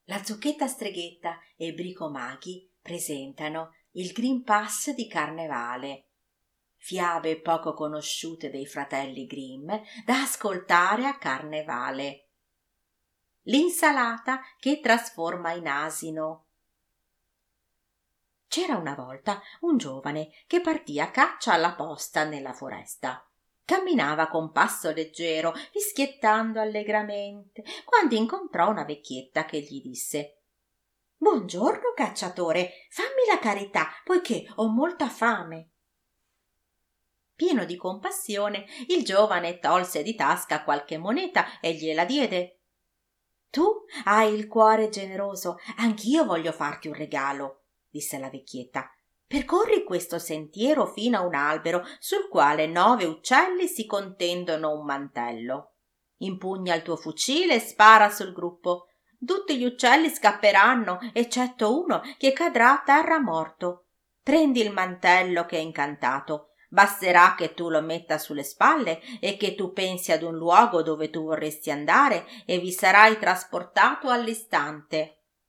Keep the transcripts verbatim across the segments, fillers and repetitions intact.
La Zucchetta Streghetta e i Bricomaghi presentano il Green Pass di Carnevale, fiabe poco conosciute dei fratelli Grimm da ascoltare a Carnevale. L'insalata che trasforma in asino. C'era una volta un giovane che partì a caccia alla posta nella foresta. Camminava con passo leggero, fischiettando allegramente, quando incontrò una vecchietta che gli disse: «Buongiorno, cacciatore, fammi la carità, poiché ho molta fame». Pieno di compassione, il giovane tolse di tasca qualche moneta e gliela diede. «Tu hai il cuore generoso, anch'io voglio farti un regalo», disse la vecchietta. «Percorri questo sentiero fino a un albero sul quale nove uccelli si contendono un mantello. Impugna il tuo fucile e spara sul gruppo. Tutti gli uccelli scapperanno, eccetto uno che cadrà a terra morto. Prendi il mantello che è incantato. Basterà che tu lo metta sulle spalle e che tu pensi ad un luogo dove tu vorresti andare e vi sarai trasportato all'istante.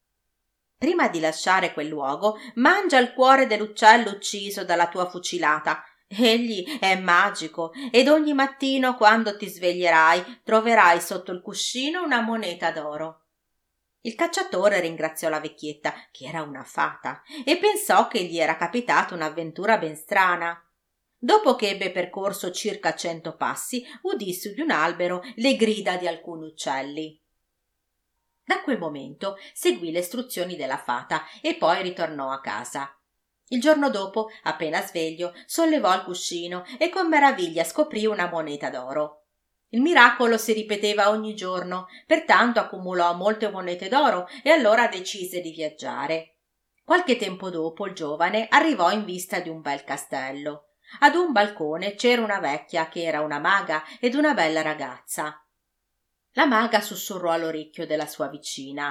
Prima di lasciare quel luogo, mangia il cuore dell'uccello ucciso dalla tua fucilata. Egli è magico ed ogni mattino quando ti sveglierai troverai sotto il cuscino una moneta d'oro». Il cacciatore ringraziò la vecchietta, che era una fata, e pensò che gli era capitata un'avventura ben strana. Dopo che ebbe percorso circa cento passi, udì su di un albero le grida di alcuni uccelli. Da quel momento seguì le istruzioni della fata e poi ritornò a casa. Il giorno dopo, appena sveglio, sollevò il cuscino e con meraviglia scoprì una moneta d'oro. Il miracolo si ripeteva ogni giorno, pertanto accumulò molte monete d'oro e allora decise di viaggiare. Qualche tempo dopo il giovane arrivò in vista di un bel castello. Ad un balcone c'era una vecchia che era una maga ed una bella ragazza. La maga sussurrò all'orecchio della sua vicina: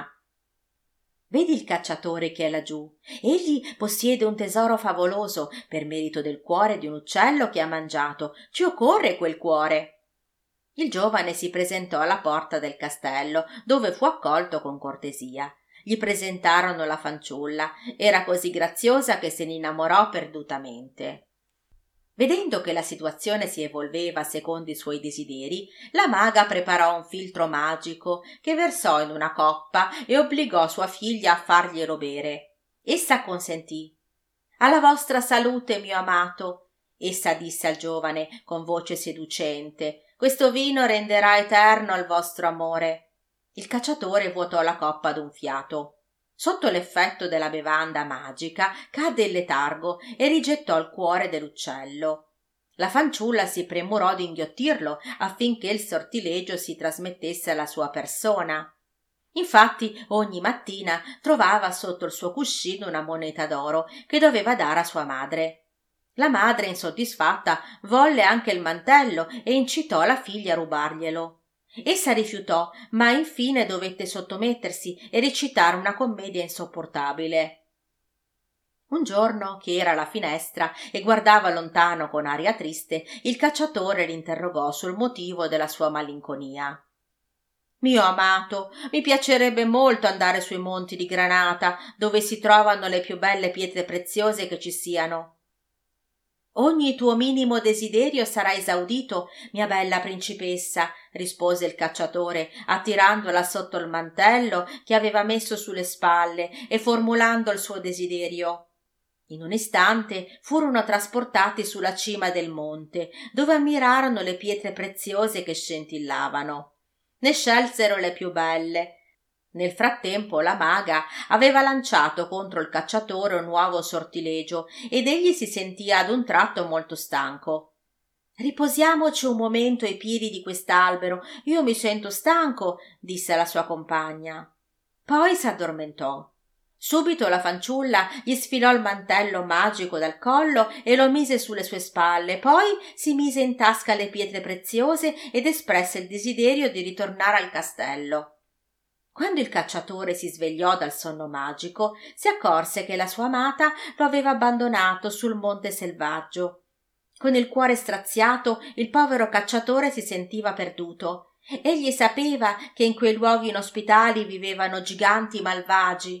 «Vedi il cacciatore che è laggiù? Egli possiede un tesoro favoloso per merito del cuore di un uccello che ha mangiato. Ci occorre quel cuore». Il giovane si presentò alla porta del castello, dove fu accolto con cortesia. Gli presentarono la fanciulla. Era così graziosa che se ne innamorò perdutamente. Vedendo che la situazione si evolveva secondo i suoi desideri, la maga preparò un filtro magico che versò in una coppa e obbligò sua figlia a farglielo bere. Essa consentì. «Alla vostra salute, mio amato», essa disse al giovane con voce seducente. «Questo vino renderà eterno il vostro amore». Il cacciatore vuotò la coppa d'un fiato. Sotto l'effetto della bevanda magica cadde in letargo e rigettò il cuore dell'uccello. La fanciulla si premurò di inghiottirlo affinché il sortilegio si trasmettesse alla sua persona. Infatti ogni mattina trovava sotto il suo cuscino una moneta d'oro che doveva dare a sua madre. La madre, insoddisfatta, volle anche il mantello e incitò la figlia a rubarglielo. Essa rifiutò, ma infine dovette sottomettersi e recitare una commedia insopportabile. Un giorno, che era alla finestra e guardava lontano con aria triste, il cacciatore l'interrogò sul motivo della sua malinconia. «Mio amato, mi piacerebbe molto andare sui monti di Granata, dove si trovano le più belle pietre preziose che ci siano». «Ogni tuo minimo desiderio sarà esaudito, mia bella principessa», rispose il cacciatore, attirandola sotto il mantello che aveva messo sulle spalle e formulando il suo desiderio. In un istante furono trasportati sulla cima del monte, dove ammirarono le pietre preziose che scintillavano. Ne scelsero le più belle. Nel frattempo la maga aveva lanciato contro il cacciatore un nuovo sortilegio ed egli si sentia ad un tratto molto stanco. «Riposiamoci un momento ai piedi di quest'albero, io mi sento stanco», disse alla sua compagna. Poi s'addormentò. Subito la fanciulla gli sfilò il mantello magico dal collo e lo mise sulle sue spalle, poi si mise in tasca le pietre preziose ed espresse il desiderio di ritornare al castello. Quando il cacciatore si svegliò dal sonno magico, si accorse che la sua amata lo aveva abbandonato sul monte selvaggio. Con il cuore straziato, il povero cacciatore si sentiva perduto. Egli sapeva che in quei luoghi inospitali vivevano giganti malvagi.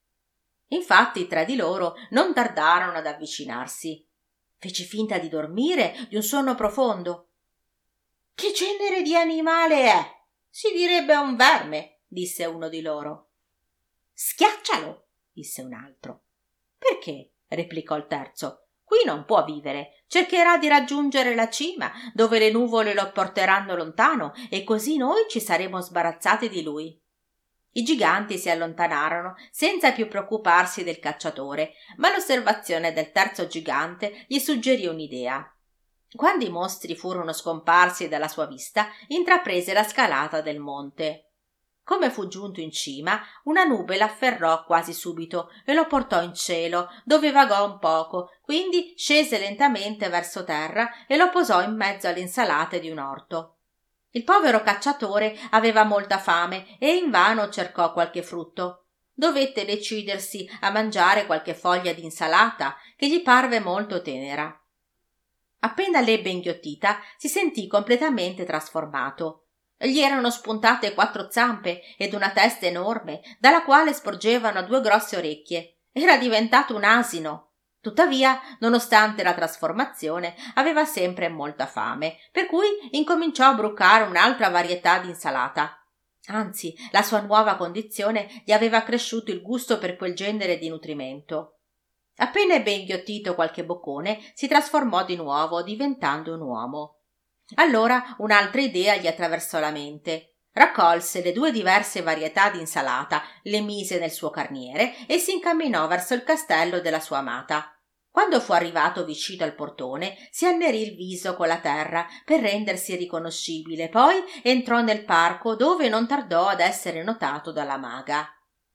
Infatti tra di loro non tardarono ad avvicinarsi. Fece finta di dormire di un sonno profondo. «Che genere di animale è? Si direbbe un verme», disse uno di loro. «Schiaccialo», disse un altro. «Perché?» replicò il terzo. «Qui non può vivere. Cercherà di raggiungere la cima, dove le nuvole lo porteranno lontano, e così noi ci saremo sbarazzati di lui». I giganti si allontanarono senza più preoccuparsi del cacciatore, ma l'osservazione del terzo gigante gli suggerì un'idea. Quando i mostri furono scomparsi dalla sua vista, intraprese la scalata del monte. Come fu giunto in cima, una nube l'afferrò quasi subito e lo portò in cielo, dove vagò un poco, quindi scese lentamente verso terra e lo posò in mezzo alle insalate di un orto. Il povero cacciatore aveva molta fame e invano cercò qualche frutto. Dovette decidersi a mangiare qualche foglia di insalata che gli parve molto tenera. Appena l'ebbe inghiottita, si sentì completamente trasformato. Gli erano spuntate quattro zampe ed una testa enorme, dalla quale sporgevano due grosse orecchie. Era diventato un asino. Tuttavia, nonostante la trasformazione, aveva sempre molta fame, per cui incominciò a brucare un'altra varietà di insalata. Anzi, la sua nuova condizione gli aveva accresciuto il gusto per quel genere di nutrimento. Appena ebbe inghiottito qualche boccone, si trasformò di nuovo, diventando un uomo. Allora un'altra idea gli attraversò la mente. Raccolse le due diverse varietà di insalata, le mise nel suo carniere e si incamminò verso il castello della sua amata. Quando fu arrivato vicino al portone, si annerì il viso con la terra per rendersi riconoscibile, poi entrò nel parco, dove non tardò ad essere notato dalla maga.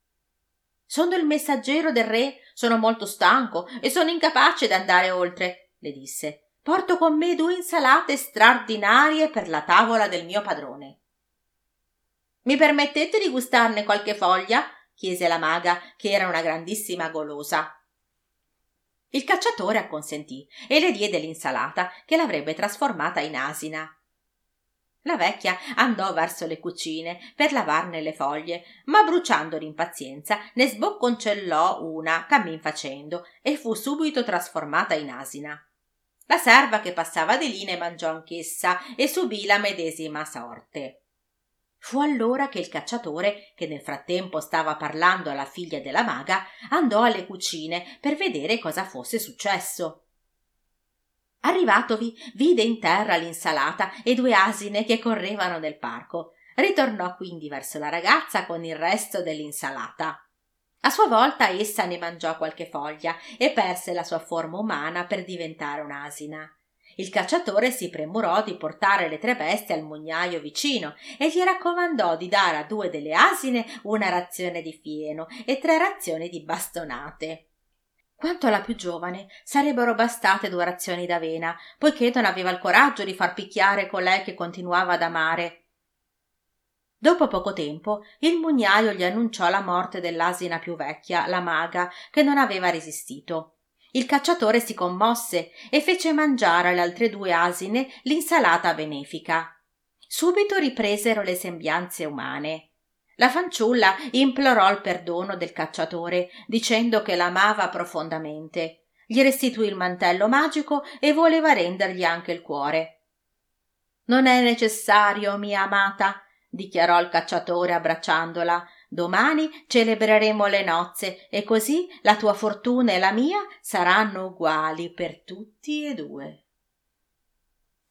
«Sono il messaggero del re, sono molto stanco e sono incapace d'andare oltre», le disse. «Porto con me due insalate straordinarie per la tavola del mio padrone». «Mi permettete di gustarne qualche foglia?» chiese la maga, che era una grandissima golosa. Il cacciatore acconsentì e le diede l'insalata che l'avrebbe trasformata in asina. La vecchia andò verso le cucine per lavarne le foglie, ma bruciando d'impazienza ne sbocconcellò una cammin facendo e fu subito trasformata in asina. La serva che passava di lì ne mangiò anch'essa e subì la medesima sorte. Fu allora che il cacciatore, che nel frattempo stava parlando alla figlia della maga, andò alle cucine per vedere cosa fosse successo. Arrivatovi, vide in terra l'insalata e due asine che correvano nel parco. Ritornò quindi verso la ragazza con il resto dell'insalata. A sua volta essa ne mangiò qualche foglia e perse la sua forma umana per diventare un'asina. Il cacciatore si premurò di portare le tre bestie al mugnaio vicino e gli raccomandò di dare a due delle asine una razione di fieno e tre razioni di bastonate. Quanto alla più giovane, sarebbero bastate due razioni d'avena, poiché non aveva il coraggio di far picchiare colei che continuava ad amare. Dopo poco tempo, il mugnaio gli annunciò la morte dell'asina più vecchia, la maga, che non aveva resistito. Il cacciatore si commosse e fece mangiare alle altre due asine l'insalata benefica. Subito ripresero le sembianze umane. La fanciulla implorò il perdono del cacciatore, dicendo che l'amava profondamente. Gli restituì il mantello magico e voleva rendergli anche il cuore. «Non è necessario, mia amata», dichiarò il cacciatore abbracciandola. «Domani celebreremo le nozze e così la tua fortuna e la mia saranno uguali per tutti e due».